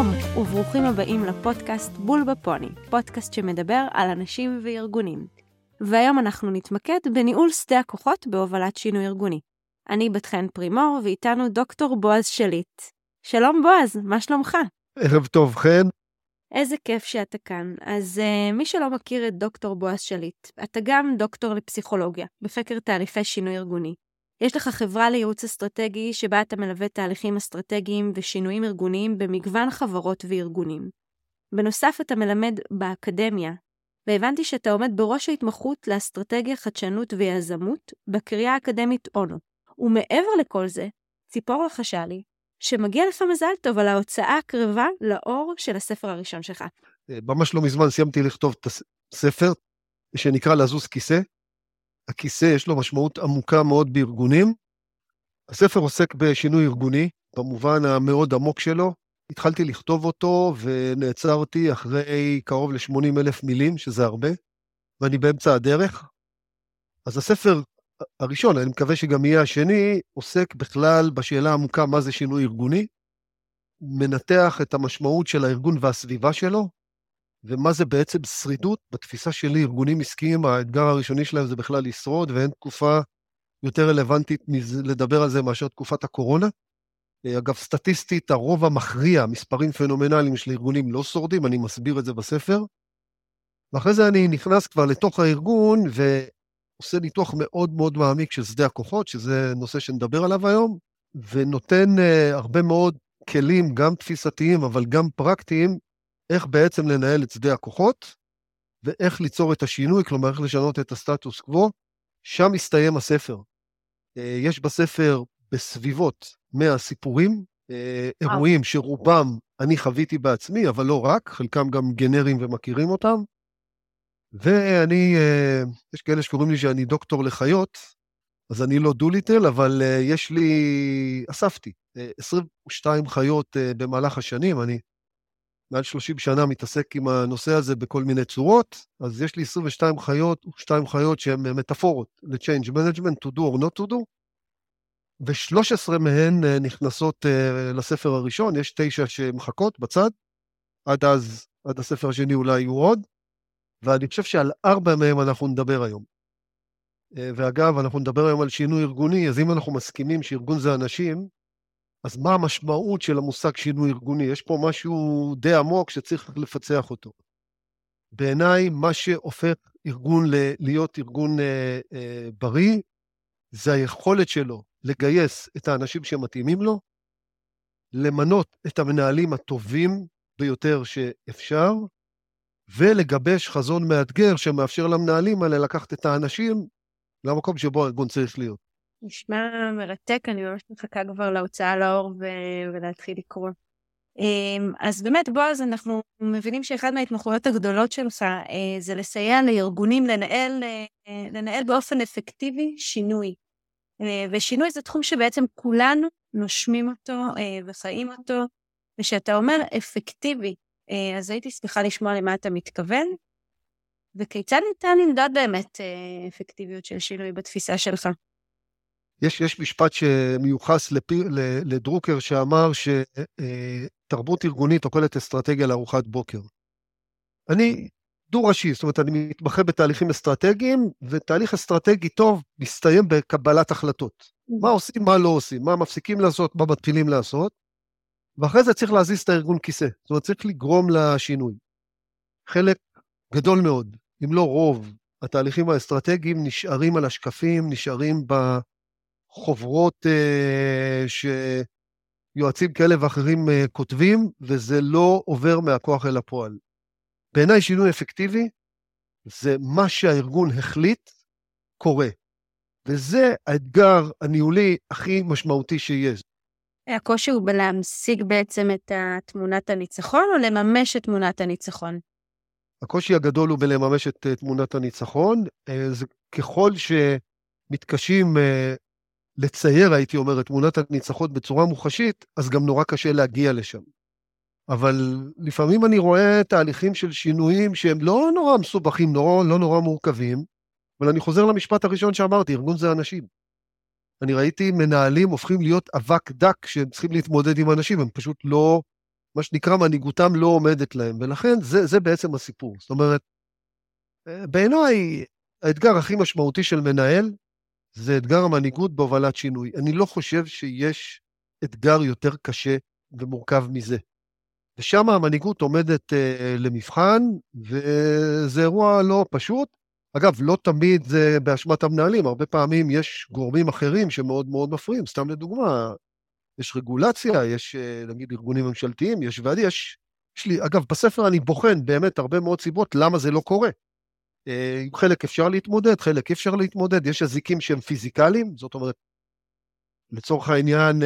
שלום, וברוכים הבאים לפודקאסט בול בפוני, פודקאסט שמדבר על אנשים וארגונים. והיום אנחנו נתמקד בניהול שדה הכוחות בהובלת שינוי ארגוני. אני בת חן פרימור, ואיתנו דוקטור בועז שליט. שלום בועז, מה שלומך? ערב טוב חן. איזה כיף שאתה כאן. אז מי שלא מכיר את דוקטור בועז שליט, אתה גם דוקטור לפסיכולוגיה, בפקר תהליכי שינוי ארגוני. יש לך חברה לייעוץ אסטרטגי שבה אתה מלווה תהליכים אסטרטגיים ושינויים ארגוניים במגוון חברות וארגונים. בנוסף אתה מלמד באקדמיה, והבנתי שאתה עומד בראש ההתמחות לאסטרטגיה, חדשנות ויזמות בקריה האקדמית אונו. ומעבר לכל זה, ציפור לחשה לי, שמגיע לך מזל טוב על ההוצאה הקרבה לאור של הספר הראשון שלך. ממש לא מזמן סיימתי לכתוב את הספר שנקרא לזוז כיסא. הכיסא יש לו משמעות עמוקה מאוד בארגונים. הספר עוסק בשינוי ארגוני, במובן המאוד עמוק שלו. התחלתי לכתוב אותו ונעצרתי אחרי קרוב ל-80,000 מילים, שזה הרבה, ואני באמצע הדרך. אז הספר הראשון, אני מקווה שגם יהיה השני, עוסק בכלל בשאלה העמוקה מה זה שינוי ארגוני, מנתח את המשמעות של הארגון והסביבה שלו, ומה זה בעצם שרידות. בתפיסה שלי, ארגונים עסקיים, האתגר הראשוני שלהם זה בכלל לשרוד, ואין תקופה יותר רלוונטית לדבר על זה מאשר תקופת הקורונה. אגב, סטטיסטית, הרוב המכריע, מספרים פנומנליים של ארגונים לא שורדים, אני מסביר את זה בספר. ואחרי זה אני נכנס כבר לתוך הארגון, ועושה ניתוח מאוד מאוד מעמיק של שדה הכוחות, שזה נושא שנדבר עליו היום, ונותן הרבה מאוד כלים, גם תפיסתיים, אבל גם פרקטיים, איך בעצם לנהל את שדה הכוחות, ואיך ליצור את השינוי, כלומר, איך לשנות את הסטטוס קוו. שם מסתיים הספר. יש בספר בסביבות 100 סיפורים, אירועים שרובם אני חוויתי בעצמי, אבל לא רק, חלקם גם גנרים ומכירים אותם. ואני, יש כאלה שקוראים לי שאני דוקטור לחיות, אז אני לא דוליטל, אבל יש לי, אספתי 22 חיות במהלך השנים, אני מעל 30 שנה מתעסק עם הנושא הזה בכל מיני צורות, אז יש לי 22 חיות שהן מטאפורות ל-change management, to do or not to do, ו13 מהן נכנסות לספר הראשון, יש 9 שמחכות בצד, עד הספר השני אולי יהיו עוד, ואני חושב שעל 4 מהם אנחנו נדבר היום. ואגב, אנחנו נדבר היום על שינוי ארגוני, אז אם אנחנו מסכימים שארגון זה אנשים, אז מה המשמעות של המושג שינוי ארגוני? יש פה משהו די עמוק שצריך לפצח אותו. בעיניי, מה שהופך ארגון להיות ארגון בריא, זה היכולת שלו לגייס את האנשים שמתאימים לו, למנות את המנהלים הטובים ביותר שאפשר, ולגבש חזון מאתגר שמאפשר למנהלים האלה לקחת את האנשים למקום שבו הארגון צריך להיות. נשמע מרתק, אני ממש מחכה כבר להוצאה לאור ולהתחיל לקרוא. אז באמת בועז, אנחנו מבינים שאחד מההתמחויות הגדולות שלך זה לסייע לארגונים לנהל באופן אפקטיבי שינוי. ושינוי זה תחום שבעצם כולנו נושמים אותו וחיים אותו, ושאתה אומר אפקטיבי, אז הייתי שמחה לשמוע למה אתה מתכוון, וכיצד ניתן למדוד באמת אפקטיביות של שינוי בתפיסה שלך? יש משפט שמיוחס לדרוקר שאמר שתרבות ארגונית עוקלת אסטרטגיה לארוחת בוקר. אני דו-ראשי, זאת אומרת, אני מתמחה בתהליכים אסטרטגיים, ותהליך אסטרטגי טוב מסתיים בקבלת החלטות. מה עושים, מה לא עושים, מה מפסיקים לעשות, מה מתחילים לעשות, ואחרי זה צריך להזיז את הארגון כיסא. זאת אומרת, צריך לגרום לשינוי. חלק גדול מאוד, אם לא רוב, התהליכים האסטרטגיים נשארים על השקפים, נשארים בחוברות שיועצים כאלה ואחרים כותבים, וזה לא עובר מהכוח אל הפועל. בעיניי שינוי אפקטיבי, זה מה שהארגון החליט קורה. וזה האתגר הניהולי הכי משמעותי שיש. הקושי הוא בלהמשיג בעצם את תמונת הניצחון, או לממש את תמונת הניצחון? הקושי הגדול הוא בלממש את תמונת הניצחון. זה ככל שמתקשים לצייר, הייתי אומר, את תמונת הניצחון בצורה מוחשית, אז גם נורא קשה להגיע לשם. אבל לפעמים אני רואה תהליכים של שינויים שהם לא נורא מסובכים, לא נורא מורכבים, אבל אני חוזר למשפט הראשון שאמרתי, ארגון זה אנשים. אני ראיתי מנהלים הופכים להיות אבק דק שהם צריכים להתמודד עם אנשים, הם פשוט לא מה שנקרא מנהיגותם לא עומדת להם, ולכן זה בעצם הסיפור. זאת אומרת, בעיניי, האתגר הכי משמעותי של מנהל, זה אתגר המנהיגות בהובלת שינוי. אני לא חושב שיש אתגר יותר קשה ומורכב מזה. ושם המנהיגות עומדת למבחן, וזה אירוע לא פשוט. אגב, לא תמיד זה באשמת המנהלים, הרבה פעמים יש גורמים אחרים שמאוד מאוד מפריעים. סתם לדוגמה, יש רגולציה, יש נגיד ארגונים ממשלתיים, יש ועדי, יש לי, אגב, בספר אני בוחן באמת הרבה מאוד סיבות למה זה לא קורה. עם חלק אפשר להתמודד, חלק אפשר להתמודד, יש אזיקים שהם פיזיקליים, זאת אומרת, לצורך העניין,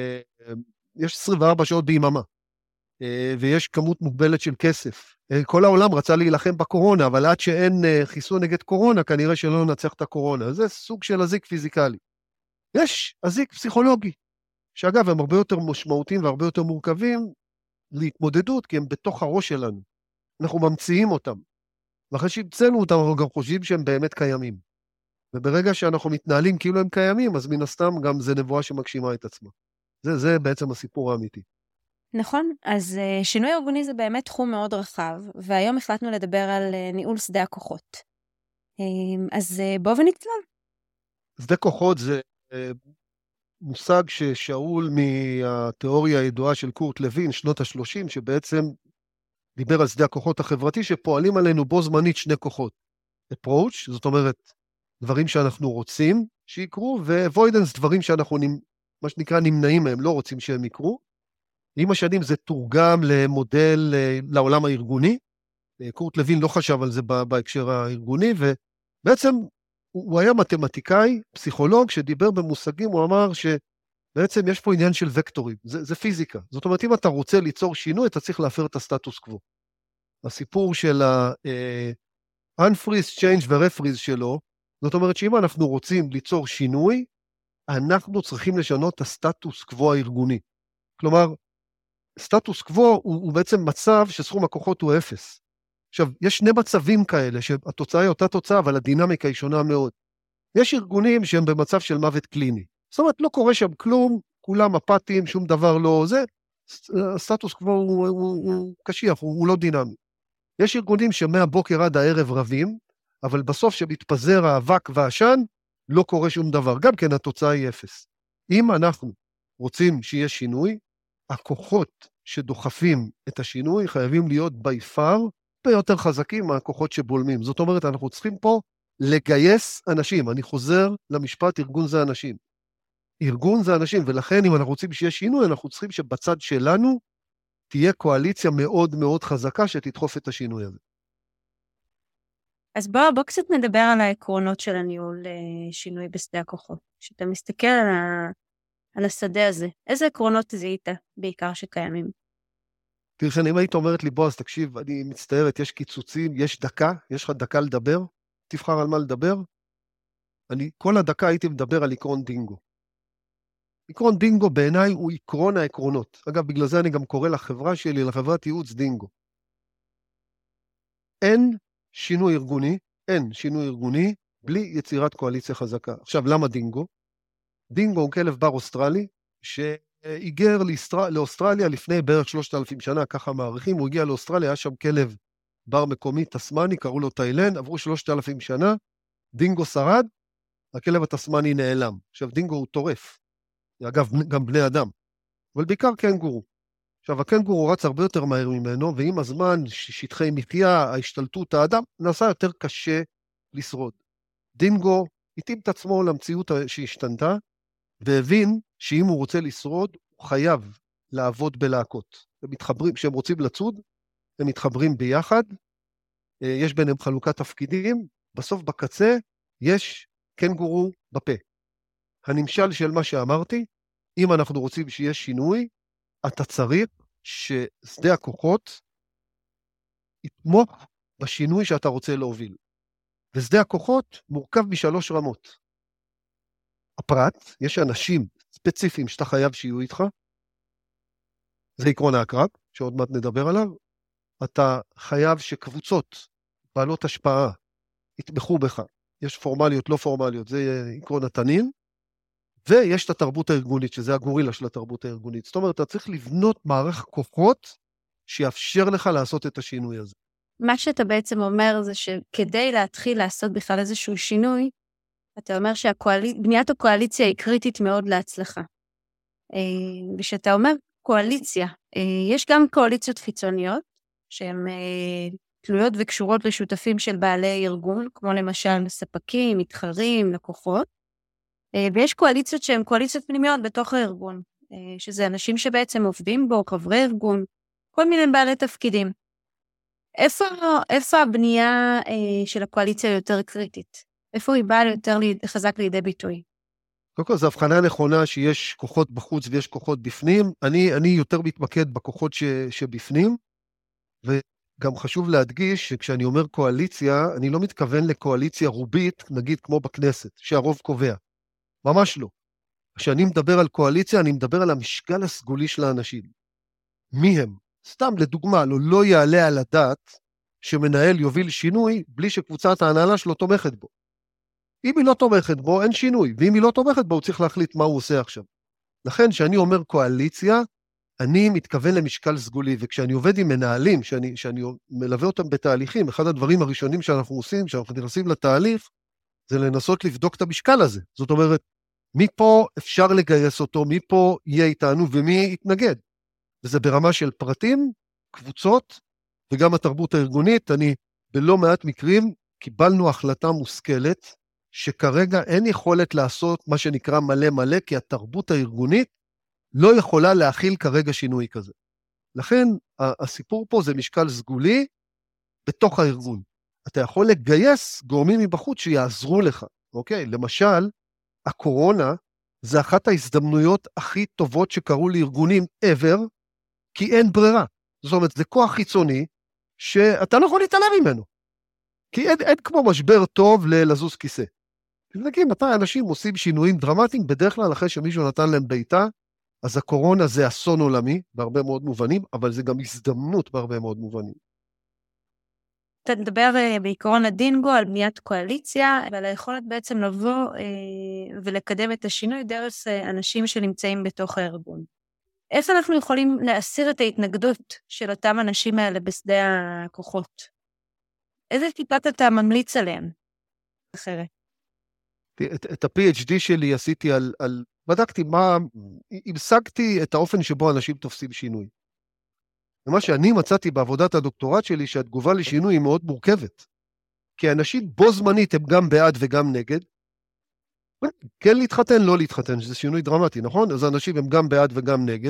יש 24 שעות ביממה, ויש כמות מוגבלת של כסף. כל העולם רצה להילחם בקורונה, אבל עד שאין חיסון נגד קורונה, כנראה שלא ננצח את הקורונה. זה סוג של אזיק פיזיקלי. יש אזיק פסיכולוגי, שאגב, הם הרבה יותר משמעותיים והרבה יותר מורכבים להתמודדות, כי הם בתוך הראש שלנו. אנחנו ממציאים אותם. ואחרי שהמצאנו אותם, אנחנו גם חושבים שהם באמת קיימים. וברגע שאנחנו מתנהלים כאילו הם קיימים, אז מן הסתם גם זה נבואה שמגשימה את עצמה. זה בעצם הסיפור האמיתי. נכון, אז שינוי ארגוני זה באמת תחום מאוד רחב, והיום החלטנו לדבר על ניהול שדה הכוחות. אז בואו ונצלול. שדה כוחות זה מושג ששאול מהתיאוריה הידועה של קורט לוין, שנות ה-30, שבעצם דיבר על שדה הכוחות החברתי, שפועלים עלינו בו זמנית שני כוחות. approach, זאת אומרת, דברים שאנחנו רוצים שיקרו, ו-avoidance, דברים שאנחנו, מה שנקרא, נמנעים מהם, לא רוצים שהם יקרו. עם השנים זה תורגם למודל לעולם הארגוני. קורט לוין לא חשב על זה בהקשר הארגוני, ובעצם הוא היה מתמטיקאי, פסיכולוג, שדיבר במושגים, הוא אמר שבעצם יש פה עניין של וקטורים, זה פיזיקה. זאת אומרת, אם אתה רוצה ליצור שינוי, אתה צריך להפר את הסטטוס קוו. הסיפור של ה-unfreeze, change ו-refreeze שלו, זאת אומרת שאם אנחנו רוצים ליצור שינוי, אנחנו צריכים לשנות את הסטטוס קוו הארגוני. כלומר, סטטוס קוו הוא בעצם מצב שסכום הכוחות הוא 0. עכשיו, יש שני מצבים כאלה, שהתוצאה היא אותה תוצאה, אבל הדינמיקה היא שונה מאוד. יש ארגונים שהם במצב של מוות קליני. זאת אומרת, לא קורה שם כלום, כולם אפתיים, שום דבר לא זה, הסטטוס קוו הוא קשיח, הוא לא דינמי. יש ארגונים שמהבוקר עד הערב רבים, אבל בסוף שמתפזר האבק והעשן, לא קורה שום דבר. גם כן התוצאה היא 0. אם אנחנו רוצים שיהיה שינוי, הכוחות שדוחפים את השינוי חייבים להיות by far יותר חזקים מהכוחות שבולמים. זאת אומרת, אנחנו צריכים פה לגייס אנשים. אני חוזר למשפט, ארגון זה אנשים. ארגון זה אנשים, ולכן אם אנחנו רוצים שיהיה שינוי, אנחנו צריכים שבצד שלנו תהיה קואליציה מאוד מאוד חזקה שתדחוף את השינוי הזה. אז בוא קצת נדבר על העקרונות של הניהול שינוי בשדה הכוחות. כשאתה מסתכל על השדה הזה, איזה עקרונות זיהית בעיקר שקיימים? תראה, אם היית אומרת לי, בועז, תקשיב, אני מצטערת, יש קיצוצים, יש דקה, יש לך דקה לדבר, תבחר על מה לדבר. כל הדקה הייתי מדבר על עקרון דינגו. עקרון דינגו בעיניי הוא עקרון העקרונות. אגב, בגלל זה אני גם קורא לחברה שלי, לחברת ייעוץ דינגו. אין שינוי ארגוני בלי יצירת קואליציה חזקה. עכשיו, למה דינגו? דינגו הוא כלב בר אוסטרלי, שהיגר לאוסטרליה לפני בערך 3,000 שנה, ככה מעריכים, הוא הגיע לאוסטרליה, היה שם כלב בר מקומי תסמני, קראו לו טיילנד, עברו 3,000 שנה, דינגו שרד, הכלב התסמני נעלם. עכשיו, דינגו הוא טורף, אגב, גם בני אדם, אבל בעיקר קנגורו. עכשיו, הקנגורו רץ הרבה יותר מהר ממנו, ועם הזמן, שטחי מחיה, ההשתלטות האדם, נעשה יותר קשה לשרוד. דינגו התאים את עצמו למציאות שהשתנתה, והבין שאם הוא רוצה לשרוד, הוא חייב לעבוד בלהקות. כשהם רוצים לצוד, הם מתחברים ביחד, יש ביניהם חלוקת תפקידים, בסוף בקצה יש קנגורו בפה. הנמשל של מה שאמרתי, אם אנחנו רוצים שיהיה שינוי, אתה צריך ששדה הכוחות יתמוך בשינוי שאתה רוצה להוביל. ושדה הכוחות מורכב מ3 רמות. הפרט, יש אנשים ספציפיים שאתה חייב שיהיו איתך, זה עקרון העקרב, שעוד מעט נדבר עליו, אתה חייב שקבוצות בעלות השפעה יתמכו בך, יש פורמליות, לא פורמליות, זה עקרון התנין, ויש את התרבות הארגונית, שזה הגורילה של התרבות הארגונית. זאת אומרת, אתה צריך לבנות מערך כוחות שיאפשר לך לעשות את השינוי הזה. מה שאתה בעצם אומר זה שכדי להתחיל לעשות בכלל איזשהו שינוי, אתה אומר שבניית הקואליציה היא קריטית מאוד להצלחה. ושאתה אומר קואליציה, יש גם קואליציות חיצוניות, שהן תלויות וקשורות לשותפים של בעלי ארגון, כמו למשל ספקים, מתחרים, לקוחות, ויש קואליציות שהן קואליציות פנימיות בתוך הארגון, שזה אנשים שבעצם עובדים בו, חברי ארגון, כל מיני בעלי תפקידים. איפה הבנייה של הקואליציה יותר קריטית? איפה היא באה יותר חזק לידי ביטוי? קודם כל, זו הבחנה נכונה שיש כוחות בחוץ ויש כוחות בפנים. אני יותר מתמקד בכוחות שבפנים, וגם חשוב להדגיש שכשאני אומר קואליציה, אני לא מתכוון לקואליציה רובית, נגיד כמו בכנסת, שהרוב קובע. ממש לא. כשאני מדבר על קואליציה, אני מדבר על המשקל הסגולי של האנשים. מי הם? סתם לדוגמה, לא יעלה על הדעת שמנהל יוביל שינוי בלי שקבוצת ההנהלה שלו תומכת בו. אם היא לא תומכת בו, אין שינוי, ואם היא לא תומכת בו, הוא צריך להחליט מה הוא עושה עכשיו. לכן, כשאני אומר קואליציה, אני מתכוון למשקל סגולי, וכשאני עובד עם מנהלים, שאני מלווה אותם בתהליכים, אחד הדברים הראשונים שאנחנו עושים, כשאנחנו נכנסים לתהליך, זה לנסות לבדוק את המשקל הזה. זאת אומרת, מי פה אפשר לגייס אותו, מי פה יהיה איתנו, ומי יתנגד. וזה ברמה של פרטים, קבוצות, וגם התרבות הארגונית. אני בלא מעט מקרים קיבלנו החלטה מושכלת, שכרגע אין יכולת לעשות מה שנקרא מלא מלא, כי התרבות הארגונית לא יכולה להכיל כרגע שינוי כזה. לכן הסיפור פה זה משקל סגולי בתוך הארגון. אתה יכול לגייס גורמים מבחוץ שיעזרו לך, אוקיי? למשל, הקורונה זה אחת ההזדמנויות הכי טובות שקרו לארגונים ever, כי אין ברירה. זאת אומרת, זה כוח חיצוני שאתה לא יכול להתעלם ממנו. כי אין כמו משבר טוב לזוז כיסא. תבדקים, מתי אנשים עושים שינויים דרמטיים, בדרך כלל אחרי שמישהו נתן להם בעיטה, אז הקורונה זה אסון עולמי, בהרבה מאוד מובנים, אבל זה גם הזדמנות בהרבה מאוד מובנים. אתה מדבר בעיקרון הדינגו על בניית קואליציה, ועל היכולת בעצם לבוא ולקדם את השינוי דרך אנשים שנמצאים בתוך הארגון. איפה אנחנו יכולים להסיר את ההתנגדות של אותם אנשים האלה בשדה הכוחות? איזה טיפת אתה ממליץ עליהם אחרת? את ה-PhD שלי עשיתי בדקתי המשגתי את האופן שבו אנשים תופסים שינוי. ומה שאני מצאתי בעבודת הדוקטורט שלי, שהתגובה לשינוי היא מאוד מורכבת. כי אנשים בו זמנית הם גם בעד וגם נגד. כן להתחתן, לא להתחתן, שזה שינוי דרמטי, נכון? אז אנשים הם גם בעד וגם נגד.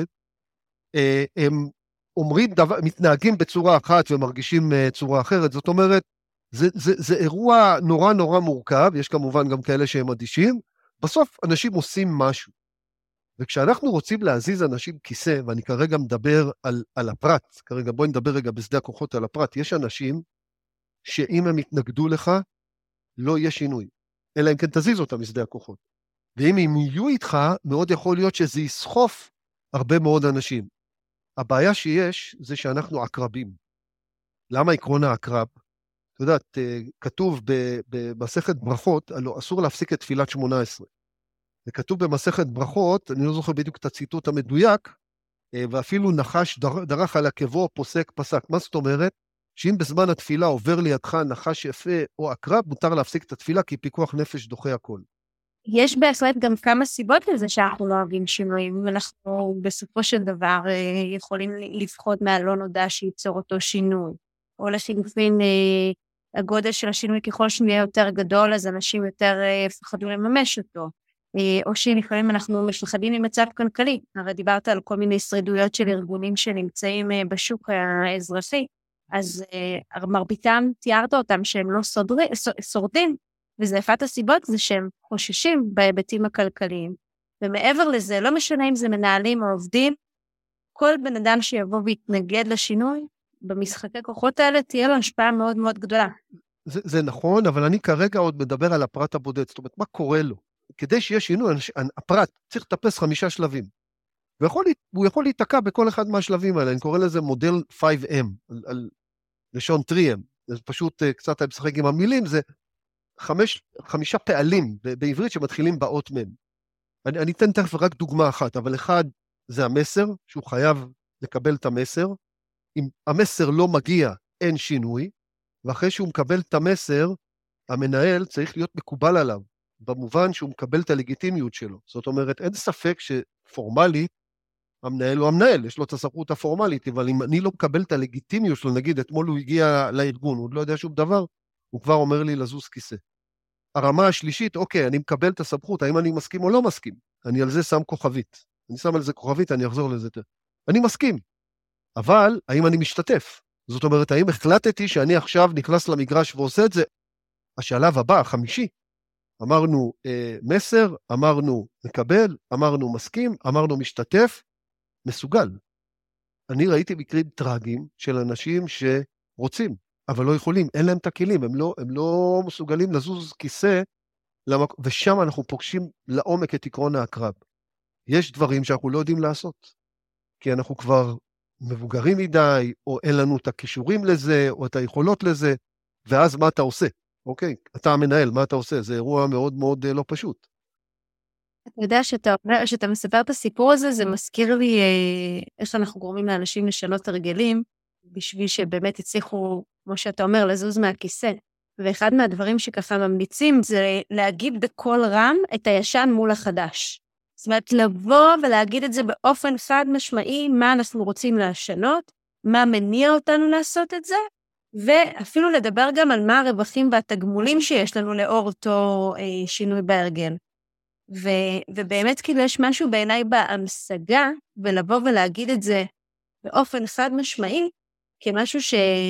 הם אומרים מתנהגים בצורה אחת ומרגישים צורה אחרת. זאת אומרת, זה אירוע נורא נורא מורכב, יש כמובן גם כאלה שהם אדישים. בסוף אנשים עושים משהו. וכשאנחנו רוצים להזיז אנשים כיסא, ואני כרגע מדבר על הפרט, כרגע בואי נדבר רגע בשדה הכוחות על הפרט, יש אנשים שאם הם יתנגדו לך, לא יהיה שינוי, אלא אם כן תזיז אותם משדה הכוחות. ואם הם יהיו איתך, מאוד יכול להיות שזה יסחוף הרבה מאוד אנשים. הבעיה שיש זה שאנחנו עקרבים. למה עקרון העקרב? אתה יודעת, כתוב במסכת ברכות, אסור להפסיק את תפילת 18. וכתוב במסכת ברכות, אני לא זוכר בדיוק את הציטוט המדויק, ואפילו נחש דרך על עקבו פוסק פסק. מה זאת אומרת? שאם בזמן התפילה עובר לידך נחש יפה או עקרב, מותר להפסיק את התפילה, כי פיקוח נפש דוחה הכל. יש בהחלט גם כמה סיבות לזה שאנחנו לא אוהבים שינויים, ואנחנו בסופו של דבר יכולים לפחות מהלא נודע שייצור אותו שינוי. או לחילופין, הגודל של השינוי ככל שהוא יהיה יותר גדול, אז אנשים יותר יפחדו לממש אותו. או שלפעמים אנחנו מפחדים ממצב כלכלי. הרי דיברת על כל מיני שרידויות של ארגונים שנמצאים בשוק האזרחי, אז מרביתם תיארת אותם שהם לא שורדים, וזה אחת הסיבות זה שהם חוששים בהיבטים הכלכליים. ומעבר לזה, לא משנה אם זה מנהלים או עובדים, כל בן אדם שיבוא ויתנגד לשינוי, במשחקי כוחות האלה תהיה לו השפעה מאוד מאוד גדולה. זה נכון, אבל אני כרגע עוד מדבר על הפרט הבודד, זאת אומרת, מה קורה לו? כדי שיהיה שינוי, הפרט צריך לטפס 5 שלבים. והוא יכול להתקע בכל אחד מהשלבים האלה, אני קורא לזה מודל 5M, על לשון 3M, זה פשוט קצת משחק עם המילים, זה 5 פעלים בעברית שמתחילים באות מ'. אני אתן תכף רק דוגמה אחת, אבל אחד זה המסר, שהוא חייב לקבל את המסר. אם המסר לא מגיע, אין שינוי, ואחרי שהוא מקבל את המסר, המנהל צריך להיות מקובל עליו, במובן שהוא מקבל את הלגיטימיות שלו. זאת אומרת, אין ספק שפורמלית, המנהל הוא המנהל, יש לו את הסמכות הפורמלית, אבל אם אני לא מקבל את הלגיטימיות שלו, נגיד, אתמול הוא הגיע לארגון, הוא לא יודע שום דבר, הוא כבר אומר לי לזוז כיסא. הרמה השלישית, אוקיי, אני מקבל את הסמכות, האם אני מסכים או לא מסכים? אני על זה שם כוכבית. אני שם על זה כוכבית, אני אחזור לזה. אני מסכים, אבל האם אני משתתף? זאת אומרת, האם החלטתי שאני עכשיו נכנס למגרש ועושה את זה? השלב הבא, החמישי, אמרנו מסר, אמרנו מקבל, אמרנו מסכים, אמרנו משתתף, מסוגל. אני ראיתי מקרים טרגיים של אנשים שרוצים, אבל לא יכולים, אין להם את הכלים, הם לא מסוגלים לזוז כיסא, ושם אנחנו פוגשים לעומק את עקרון הקרב. יש דברים שאנחנו לא יודעים לעשות, כי אנחנו כבר מבוגרים מדי, או אין לנו את הכישורים לזה, או את היכולות לזה, ואז מה אתה עושה? אוקיי, אתה המנהל, מה אתה עושה? זה אירוע מאוד מאוד לא פשוט. אתה יודע שאתה מספר את הסיפור הזה, זה מזכיר לי איך אנחנו גורמים לאנשים לשנות הרגלים, בשביל שבאמת הצליחו, כמו שאתה אומר, לזוז מהכיסא. ואחד מהדברים שככה ממליצים, זה להגיד בקול רם את הישן מול החדש. זאת אומרת, לבוא ולהגיד את זה באופן חד משמעי, מה אנחנו רוצים לשנות, מה מניע אותנו לעשות את זה, ואפילו לדבר גם על מה הרווחים והתגמולים שיש לנו לאור אותו שינוי בהרגל. ובאמת כאילו יש משהו בעיניי בהמשגה, ולבוא ולהגיד את זה באופן חד משמעי, כמשהו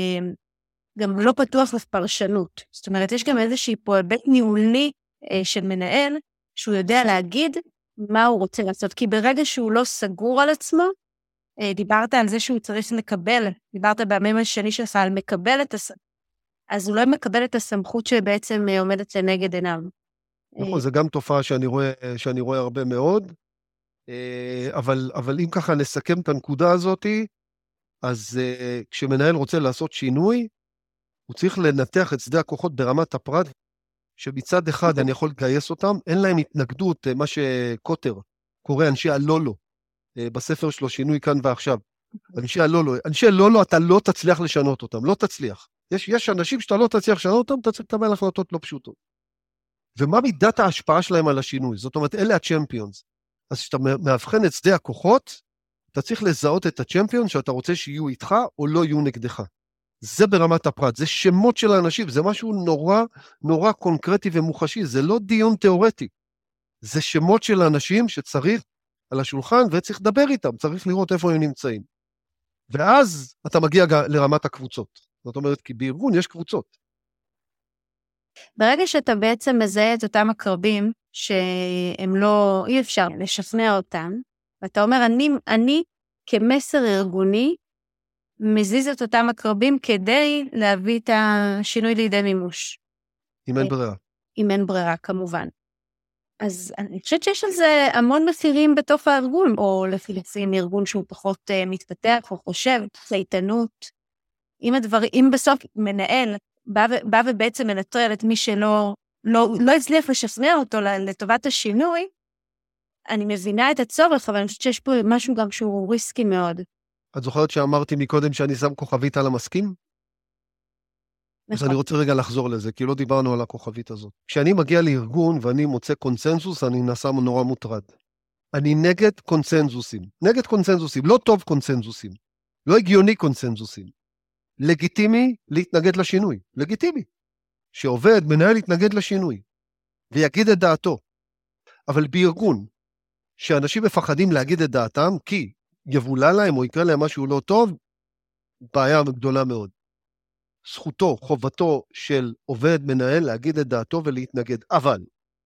שגם לא פתוח לפרשנות. זאת אומרת, יש גם איזושהי פה היבט ניהולי של מנהל, שהוא יודע להגיד מה הוא רוצה לעשות, כי ברגע שהוא לא סגור על עצמו, דיברת על זה שהוא צריך לקבל, דיברת בימים השני שלך על מקבל את הסמכות, אז הוא לא מקבל את הסמכות שבעצם עומדת לנגד עיניו. נכון, זה גם תופעה שאני רואה הרבה מאוד, אבל אם ככה נסכם את הנקודה הזאת, אז כשמנהל רוצה לעשות שינוי, הוא צריך לנתח את שדה הכוחות ברמת הפרט, שמצד אחד אני יכול לגייס אותם, אין להם התנגדות, מה שקוטר קורא אנשי הלולו, בספר שלו שינוי כאן ועכשיו. אנשי הלולו אתה לא תצליח לשנות אותם, לא תצליח. יש אנשים שאתה לא תצליח לשנות אותם, אתה צריך לקבל החלטות לא פשוטות. ומה מידת ההשפעה שלהם על השינוי? זאת אומרת, אלה הצ'מפיונס. אז כשאתה מאבחן את שדה הכוחות, אתה צריך לזהות את הצ'מפיון שאתה רוצה שיהיו איתך או לא יהיו נגדך. זה ברמת הפרט, זה שמות של האנשים, זה משהו נורא, נורא קונקרטי ומוחשי, זה לא דיון תיאורטי. זה שמות של האנשים שצריך על השולחן וצריך לדבר איתם, צריך לראות איפה הם נמצאים. ואז אתה מגיע לרמת הקבוצות. זאת אומרת, כי בארגון יש קבוצות. ברגע שאתה בעצם מזהה את אותם הקרבים, שהם לא, אי אפשר לשכנע אותם, ואתה אומר, אני כמסר ארגוני, מזיז את אותם הקרבים כדי להביא את השינוי לידי מימוש. אם אין ברירה. אם אין ברירה, כמובן. אז אני חושבת שיש על זה המון מחירים בתוך הארגון, או לפי ארגון שהוא פחות מתפתח או חושב, צייתנות. אם בסוף מנהל בא ובעצם מנטרל את מי שלא הצליח לשכנע אותו לטובת השינוי, אני מבינה את הצורך, אבל אני חושבת שיש פה משהו גם שהוא ריסקי מאוד. את זוכרת שאמרתי מקודם שאני שם כוכבית על המסכים? נכון. אז אני רוצה רגע לחזור לזה, כי לא דיברנו על הכוכבית הזאת. כשאני מגיע לארגון ואני מוצא קונצנזוס, אני נעשה נורא מוטרד. אני נגד קונצנזוסים. נגד קונצנזוסים, לא טוב קונצנזוסים. לא הגיוני קונצנזוסים. לגיטימי להתנגד לשינוי. לגיטימי. שעובד, מנהל להתנגד לשינוי. ויגיד את דעתו. אבל בארגון, שאנשים מפחדים להגיד את דעתם, כי יבולה להם או יקרה להם משהו לא טוב, בעיה גדולה מאוד. זכותו, חובתו של עובד מנהל להגיד את דעתו ולהתנגד. אבל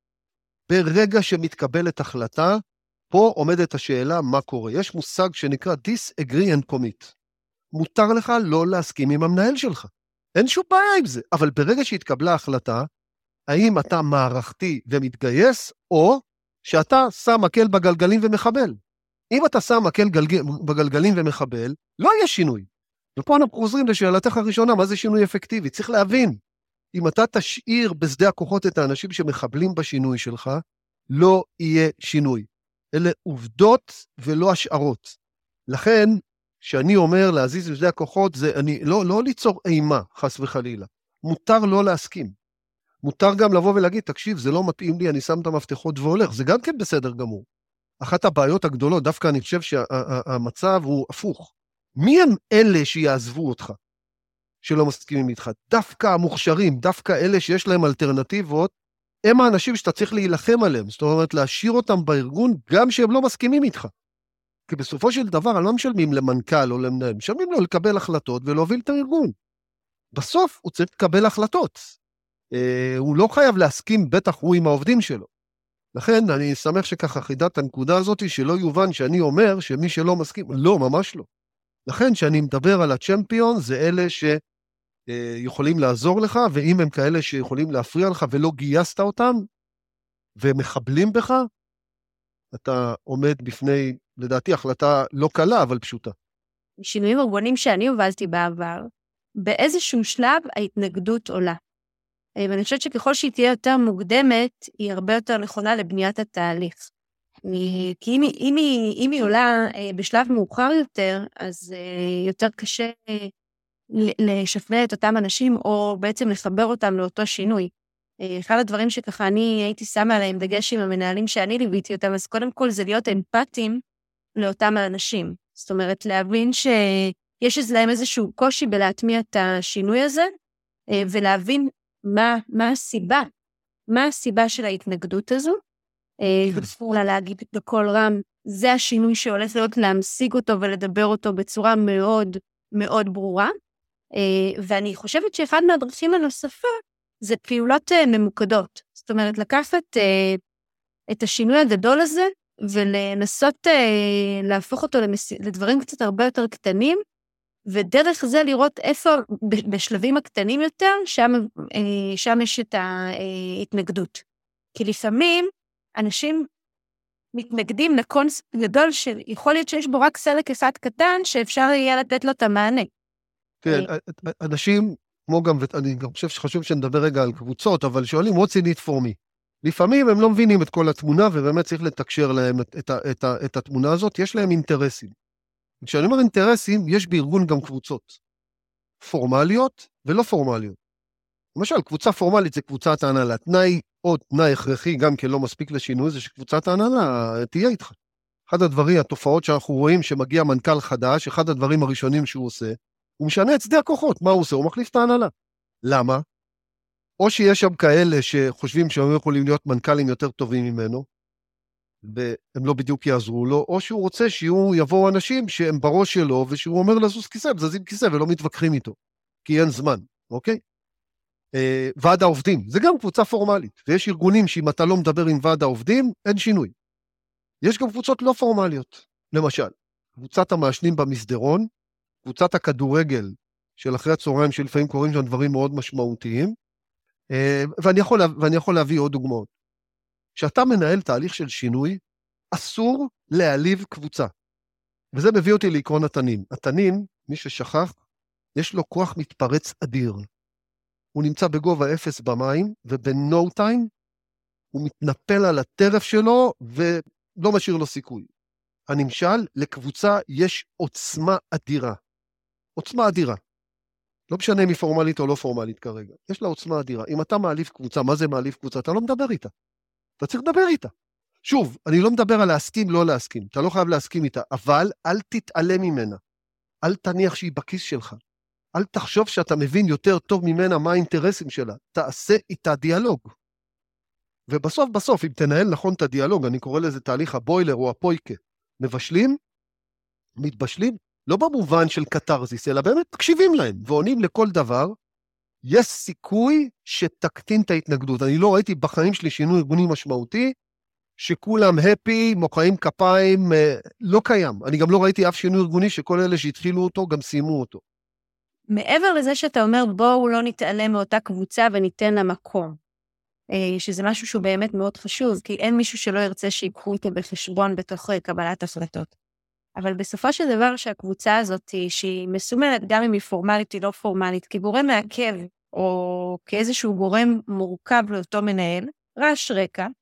ברגע שמתקבלת החלטה, פה עומדת השאלה מה קורה. יש מושג שנקרא disagree and commit. מותר לך לא להסכים עם המנהל שלך. אין שום בעיה עם זה. אבל ברגע שהתקבלה החלטה, האם אתה מערכתי ומתגייס, או שאתה שם מקל בגלגלים ומחבל. אם אתה שם מקל בגלגלים ומחבל, לא יהיה שינוי. ופה אנחנו חוזרים לשאלתך הראשונה, מה זה שינוי אפקטיבי? צריך להבין, אם אתה תשאיר בשדה הכוחות את האנשים שמחבלים בשינוי שלך, לא יהיה שינוי. אלה עובדות ולא השערות. לכן, כשאני אומר להזיז את שדה הכוחות, זה לא ליצור אימה, חס וחלילה. מותר לא להסכים. מותר גם לבוא ולהגיד, תקשיב, זה לא מתאים לי, אני שם את המפתחות והולך. זה גם כן בסדר גמור. אחת הבעיות הגדולות, דווקא אני חושב שהמצב הוא הפוך. מי הם אלה שיעזבו אותך, שלא מסכימים איתך? דווקא המוכשרים, דווקא אלה שיש להם אלטרנטיבות, הם האנשים שאתה צריך להילחם עליהם. זאת אומרת, להשאיר אותם בארגון, גם שהם לא מסכימים איתך. כי בסופו של דבר, הם לא משלמים למנכ"ל או למנהל, משלמים לו לקבל החלטות ולהוביל את הארגון. בסוף הוא צריך לקבל החלטות. הוא לא חייב להסכים, בטח הוא עם העובדים שלו. לכן אני שמח שככה חידת הנקודה הזאת, שלא יובן שאני אומר שמי שלא מסכים, לא, ממש לא. לכן שאני מדבר על הצ'מפיון, זה אלה שיכולים לעזור לך, ואם הם כאלה שיכולים להפריע לך ולא גייסת אותם, ומחבלים בך, אתה עומד בפני, לדעתי, החלטה לא קלה, אבל פשוטה. שינויים ארגוניים שאני הובלתי בעבר, באיזשהו שלב ההתנגדות עולה. ואני חושבת שככל שהיא תהיה יותר מוקדמת, היא הרבה יותר נכונה לבניית התהליך. כי אם היא עולה בשלב מאוחר יותר, אז יותר קשה לשכנע את אותם אנשים, או בעצם לחבר אותם לאותו שינוי. אחד הדברים שככה אני הייתי שמה עליהם דגש עם המנהלים שאני ליוויתי אותם, אז קודם כל זה להיות אמפתיים לאותם האנשים. זאת אומרת, להבין שיש להם איזשהו קושי בלהטמיע את השינוי הזה, ולהבין מה הסיבה של ההתנגדות הזו. אסור לה להגיד בקול רם, זה השינוי שהולך להיות להמשיג אותו ולדבר אותו בצורה מאוד מאוד ברורה. ואני חושבת שאחד מהדרכים הנוספה, זה פעולות ממוקדות. זאת אומרת, לקחת את השינוי הגדול הזה, ולנסות להפוך אותו לדברים קצת הרבה יותר קטנים, ודרך זה לראות איפה בשלבים הקטנים יותר, שם יש את ההתנגדות. כי לפעמים אנשים מתנגדים לקונספט גדול, שיכול להיות שיש בו רק סלק אחד קטן, שאפשר יהיה לתת לו את המענה. כן, אנשים, כמו גם, אני גם חושב שחשוב שנדבר רגע על קבוצות, אבל שואלים, what's in it for me? לפעמים הם לא מבינים את כל התמונה, ובאמת צריך לתקשר להם את התמונה הזאת, יש להם אינטרסים. כשאני אומר אינטרסים, יש בארגון גם קבוצות. פורמליות ולא פורמליות. למשל, קבוצה פורמלית זה קבוצת ההנהלה. תנאי או תנאי הכרחי, גם כן לא מספיק לשינוי, זה שקבוצת ההנהלה תהיה איתך. אחד הדברים, התופעות שאנחנו רואים שמגיע מנכ"ל חדש, אחד הדברים הראשונים שהוא עושה, הוא משנה את שדה הכוחות. מה הוא עושה? הוא מחליף את ההנהלה. למה? או שיש שם כאלה שחושבים שהם יכולים להיות מנכ"לים יותר טובים ממנו, והם לא בדיוק יעזרו לו, או שהוא רוצה שיבואו אנשים שהם בראש שלו, ושהוא אומר לזוז כיסא, מזזים כיסא ולא מתווכחים איתו, כי אין זמן, אוקיי? ועד העובדים, זה גם קבוצה פורמלית, ויש ארגונים שאם אתה לא מדבר עם ועד העובדים, אין שינוי. יש גם קבוצות לא פורמליות, למשל, קבוצת המעשנים במסדרון, קבוצת הכדורגל של אחרי הצהריים, שלפעמים קוראים שם דברים מאוד משמעותיים, ואני יכול להביא עוד דוגמאות. כשאתה מנהל תהליך של שינוי, אסור להעליב קבוצה. וזה מביא אותי לעקרון התנין. התנין, מי ששכח, יש לו כוח מתפרץ אדיר. הוא נמצא בגובה 0 במים, וב-no time הוא מתנפל על הטרף שלו, ולא משאיר לו סיכוי. הנמשל, לקבוצה יש עוצמה אדירה. עוצמה אדירה. לא משנה אם היא פורמלית או לא פורמלית כרגע. יש לה עוצמה אדירה. אם אתה מעליב קבוצה, מה זה מעליב קבוצה? אתה לא מדבר איתה. אתה צריך לדבר איתה. שוב, אני לא מדבר על להסכים, לא להסכים. אתה לא חייב להסכים איתה, אבל אל תתעלם ממנה. אל תניח שהיא בכיס שלך. אל תחשוב שאתה מבין יותר טוב ממנה מה האינטרסים שלה. תעשה איתה דיאלוג. ובסוף, אם תנהל נכון את הדיאלוג, אני קורא לזה תהליך הבוילר או הפויקה, מבשלים, מתבשלים, לא במובן של קטרזיס, אלא באמת תקשיבים להם, ועונים לכל דבר, יש סיכוי שתקטין את ההתנגדות. אני לא ראיתי בחיים שלי שינוי ארגוני משמעותי, שכולם הפי, מוחאים כפיים, לא קיים. אני גם לא ראיתי אף שינוי ארגוני שכל אלה שהתחילו אותו גם סיימו אותו. מעבר לזה שאתה אומר, בואו לא נתעלם מאותה קבוצה וניתן לה מקום, שזה משהו שהוא באמת מאוד חשוב, כי אין מישהו שלא ירצה שיקחו אותו בחשבון בתוך קבלת החלטות. אבל בסופו של דבר שהקבוצה הזאת, שהיא מסומלת גם אם היא פורמלית, היא לא פורמלית, כגורם מעכב, או כאיזשהו גורם מורכב לאותו מנהל, רעש רקע,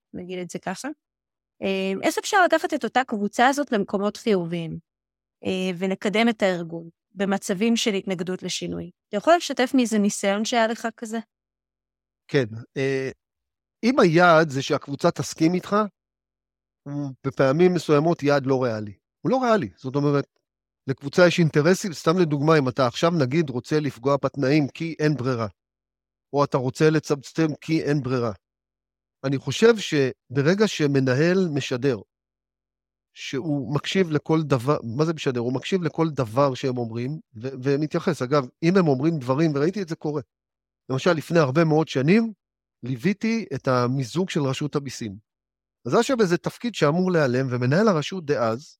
נגיד את זה ככה. איך אפשר לקחת את אותה קבוצה הזאת למקומות חיוביים, ולקדם את הארגון, במצבים של התנגדות לשינוי? אתה יכול לשתף מאיזה ניסיון שהיה לך כזה? כן. אם היעד זה שהקבוצה תסכים איתך, בפעמים מסוימות יעד לא ריאלי. הוא לא ריאלי, זאת אומרת, לקבוצה יש אינטרסים, סתם לדוגמה, אם אתה עכשיו נגיד רוצה לפגוע בתנאים כי אין ברירה, או אתה רוצה לצמצם כי אין ברירה. אני חושב שברגע שמנהל משדר, שהוא מקשיב לכל דבר, מה זה משדר? הוא מקשיב לכל דבר שהם אומרים, ומתייחס. אגב, אם הם אומרים דברים, וראיתי את זה קורה. למשל, לפני הרבה מאוד שנים, ליוויתי את המיזוג של רשות המיסים. אז היה שם איזה תפקיד שאמור להיעלם, ומנהל הרשות דאז,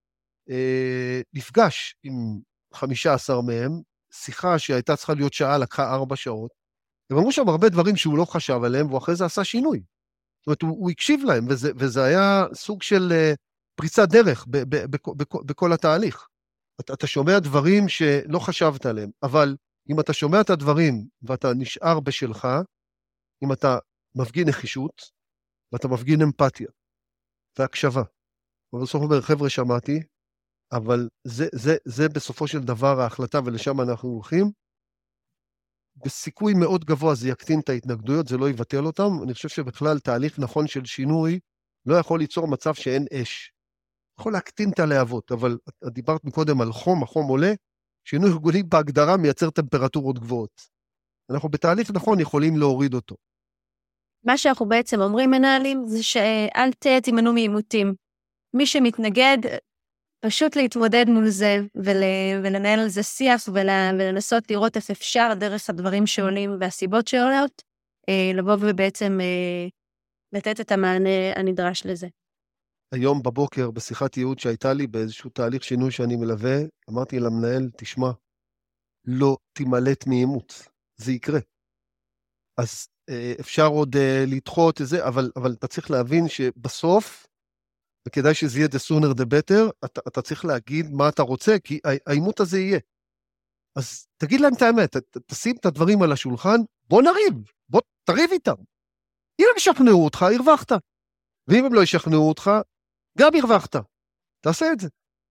נפגש עם 15 מהם, שיחה שהייתה צריכה להיות שעה, לקחה 4 שעות, הם אמרו שם הרבה דברים שהוא לא חשב עליהם, והוא אחרי זה עשה שינוי. זאת אומרת, הוא הקשיב להם, וזה היה סוג של פריצת דרך בכל התהליך. אתה שומע דברים שלא חשבת עליהם, אבל אם אתה שומע את הדברים, ואתה נשאר בשלך, אם אתה מפגין נחישות, ואתה מפגין אמפתיה, והקשבה. אבל בסוף אומר, חבר'ה, שמעתי, אבל זה בסופו של דבר ההחלטה, ולשם אנחנו הולכים. בסיכוי מאוד גבוה זה יקטין את ההתנגדויות, זה לא יבטל אותם. אני חושב שבכלל תהליך נכון של שינוי לא יכול ליצור מצב שאין אש. יכול להקטין את הלהבות, אבל את דיברת מקודם על חום, החום עולה, שינוי ארגוני בהגדרה מייצר טמפרטורות גבוהות. אנחנו בתהליך נכון יכולים להוריד אותו. מה שאנחנו בעצם אומרים מנהלים, זה שאל תימנעו מעימותים. מי שמתנגד, פשוט להתמודד מול זה, ולנהל על זה שיח, ולנסות לראות איך אפשר, דרך הדברים שעולים והסיבות שעולות, לבוא ובעצם לתת את המענה הנדרש לזה. היום בבוקר, בשיחת ייעוד שהייתה לי, באיזשהו תהליך שינוי שאני מלווה, אמרתי למנהל, תשמע, לא תימלט מעימות, זה יקרה. אז אפשר עוד לדחות את זה, אבל אתה צריך להבין שבסוף, וכדאי שזה יהיה the sooner the better, אתה צריך להגיד מה אתה רוצה, כי העימות הזה יהיה. אז תגיד להם את האמת, תשים את הדברים על השולחן, בוא נריב, בוא תריב איתם. אם הם ישכנעו אותך, הרווחת. ואם הם לא ישכנעו אותך, גם הרווחת. תעשה את זה.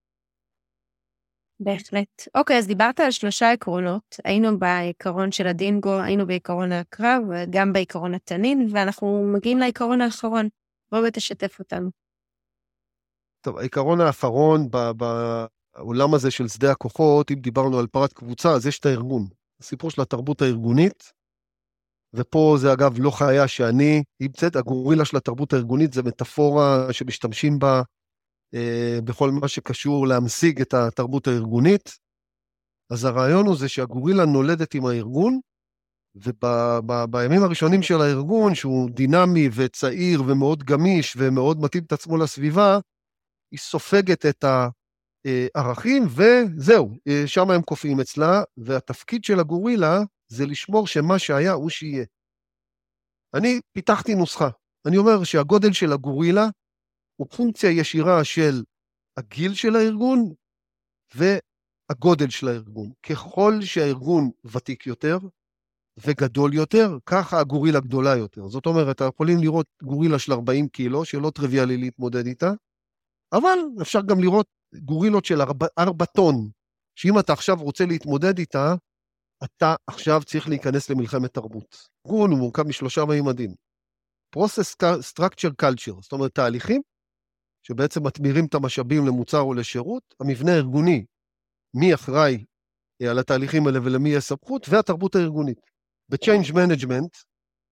בהחלט. אוקיי, אז דיברת על 3 עקרונות. היינו בעיקרון של הדינגו, היינו בעיקרון הקרב, וגם בעיקרון התנין, ואנחנו מגיעים לעיקרון האחרון. בוא ותשתף אותנו. טוב, העיקרון האחרון בעולם הזה של שדה הכוחות, אם דיברנו על פרט קבוצה, אז יש את הארגון. הסיפור של התרבות הארגונית, ופה זה אגב לא חיה שאני המצאת, הגורילה של התרבות הארגונית זה מטאפורה שמשתמשים בה בכל מה שקשור להמשיג את התרבות הארגונית. אז הרעיון הוא זה שהגורילה נולדת עם הארגון, ובימים הראשונים של הארגון, שהוא דינמי וצעיר ומאוד גמיש ומאוד מתאים את עצמו לסביבה, היא סופגת את הערכים, וזהו, שם הם קופאים אצלה, והתפקיד של הגורילה זה לשמור שמה שהיה הוא שיהיה. אני פיתחתי נוסחה. אני אומר שהגודל של הגורילה הוא פונקציה ישירה של הגיל של הארגון והגודל של הארגון. ככל שהארגון ותיק יותר וגדול יותר, ככה הגורילה גדולה יותר. זאת אומרת, אנחנו יכולים לראות גורילה של 40 קילו, שלא טריוויאלי להתמודד איתה, אבל אפשר גם לראות גורילות של 4 טון, שאם אתה עכשיו רוצה להתמודד איתה, אתה עכשיו צריך להיכנס למלחמת תרבות. ארגון הוא מורכב מ3 מימדים. Process, Structure, Culture, זאת אומרת תהליכים, שבעצם מתמירים את המשאבים למוצר או לשירות, המבנה הארגוני, מי אחראי על התהליכים האלה ולמי יש סמכות, והתרבות הארגונית. ב-Change Management,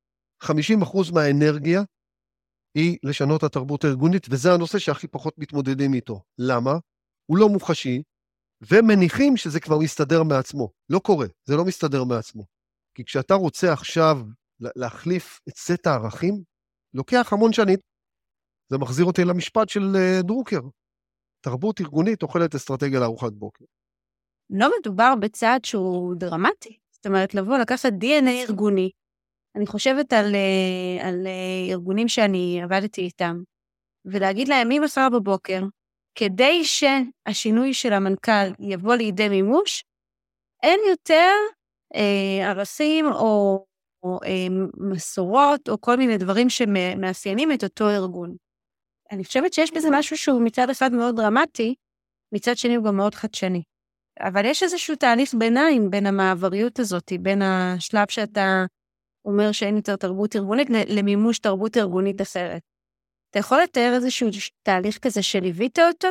50% מהאנרגיה היא לשנות התרבות הארגונית, וזה הנושא שהכי פחות מתמודדים איתו. למה? הוא לא מוחשי, ומניחים שזה כבר מסתדר מעצמו. לא קורה, זה לא מסתדר מעצמו. כי כשאתה רוצה עכשיו להחליף את סט הערכים, לוקח המון שנים. זה מחזיר אותי למשפט של דרוקר. תרבות ארגונית אוכלת אסטרטגיה לארוחת בוקר. לא מדובר בצעד שהוא דרמטי. זאת אומרת, לבוא, לקחת DNA ארגוני. אני חושבת על ארגונים שאני עבדתי איתם, ולהגיד להם ממחר בבוקר, כדי שהשינוי של המנכ"ל יבוא לידי מימוש, אין יותר ערכים או או מסורות, או כל מיני דברים שמאפיינים את אותו ארגון. אני חושבת שיש בזה משהו שהוא מצד אחד מאוד דרמטי, מצד שני הוא גם מאוד חדשני. אבל יש איזשהו תהליך ביניים בין המעבריות הזאת, בין השלב שאתה אומר שאין יותר תרבות ארגונית, למימוש תרבות ארגונית אחרת. אתה יכול לתאר איזשהו תהליך כזה שליווית אותו?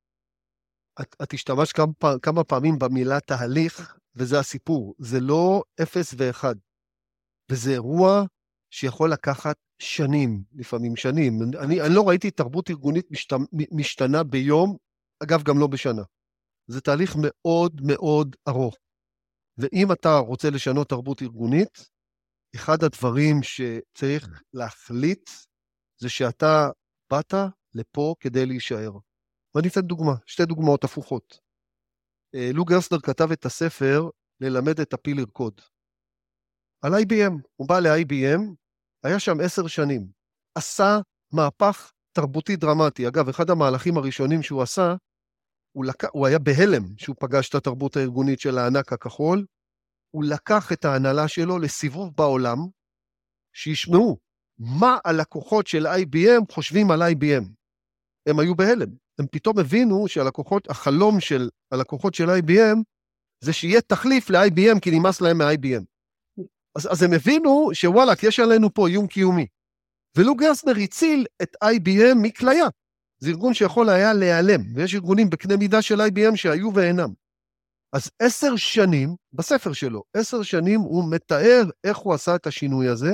את השתמשת כמה פעמים במילה תהליך, וזה הסיפור. זה לא 0 ו-1. וזה אירוע שיכול לקחת שנים, לפעמים שנים. אני לא ראיתי תרבות ארגונית משתנה ביום, אגב, גם לא בשנה. זה תהליך מאוד מאוד ארוך. ואם אתה רוצה לשנות תרבות ארגונית, אחד הדברים שצריך להחליט, זה שאתה באת לפה כדי להישאר. ואני אתן דוגמה, 2 דוגמאות הפוכות. לו גרסנר כתב את הספר, ללמד את הפיל לרקוד. על IBM, הוא בא ל-IBM, היה שם 10 שנים. עשה מהפך תרבותי דרמטי. אגב, אחד המהלכים הראשונים שהוא עשה, הוא היה בהלם שהוא פגש את התרבות הארגונית של הענק הכחול, הוא לקח את ההנהלה שלו לסיבוב בעולם, שישמעו מה הלקוחות של IBM חושבים על IBM. הם היו בהלם. הם פתאום הבינו החלום של הלקוחות של IBM, זה שיהיה תחליף ל-IBM, כי נמאס להם מ-IBM. אז הם הבינו שוואלה, יש עלינו פה איום קיומי. ולו גרסנר הציל את IBM מכליה. זה ארגון שיכול היה להיעלם, ויש ארגונים בקנה מידה של IBM שהיו ואינם. אז 10 שנים, בספר שלו, 10 שנים הוא מתאר איך הוא עשה את השינוי הזה.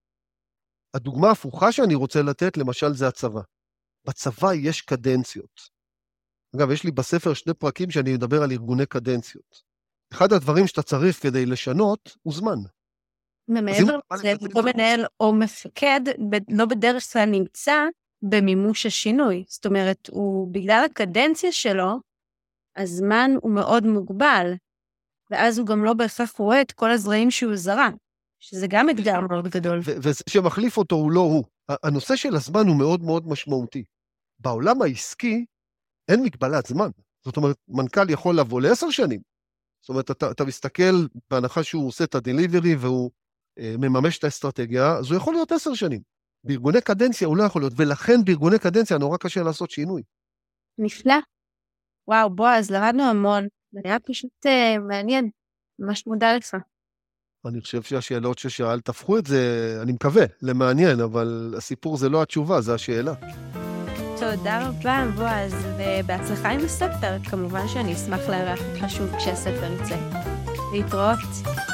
הדוגמה ההפוכה שאני רוצה לתת, למשל, זה הצבא. בצבא יש קדנציות. אגב, יש לי בספר 2 פרקים שאני מדבר על ארגוני קדנציות. אחד הדברים שאתה צריך כדי לשנות הוא זמן. ומעבר לזה, אותו מנהל או מפקד, לא בדרך כלל נמצא במימוש השינוי. זאת אומרת, בגלל הקדנציה שלו, הזמן הוא מאוד מוגבל, ואז הוא גם לא בהכרח רואה את כל הזרעים שהוא זרע, שזה גם אתגר מאוד גדול. וזה שמחליף אותו הוא לא הוא. הנושא של הזמן הוא מאוד מאוד משמעותי. בעולם העסקי אין מגבלת זמן. זאת אומרת, מנכ"ל יכול לבוא ל10 שנים. זאת אומרת, אתה מסתכל בהנחה שהוא עושה את הדליברי והוא מממש את האסטרטגיה, אז הוא יכול להיות 10 שנים. בארגוני קדנציה הוא לא יכול להיות, ולכן בארגוני קדנציה נורא קשה לעשות שינוי. נפלא. וואו, בועז, למדנו המון. זה היה פשוט מעניין. ממש מודה לך. אני חושב שהשאלות ששאלת הפכו את זה, אני מקווה, למעניין, אבל הסיפור זה לא התשובה, זה השאלה. תודה רבה, בועז, ובהצלחה עם הספר. כמובן שאני אשמח לארח אותך שוב כשהספר יצא. להתראות.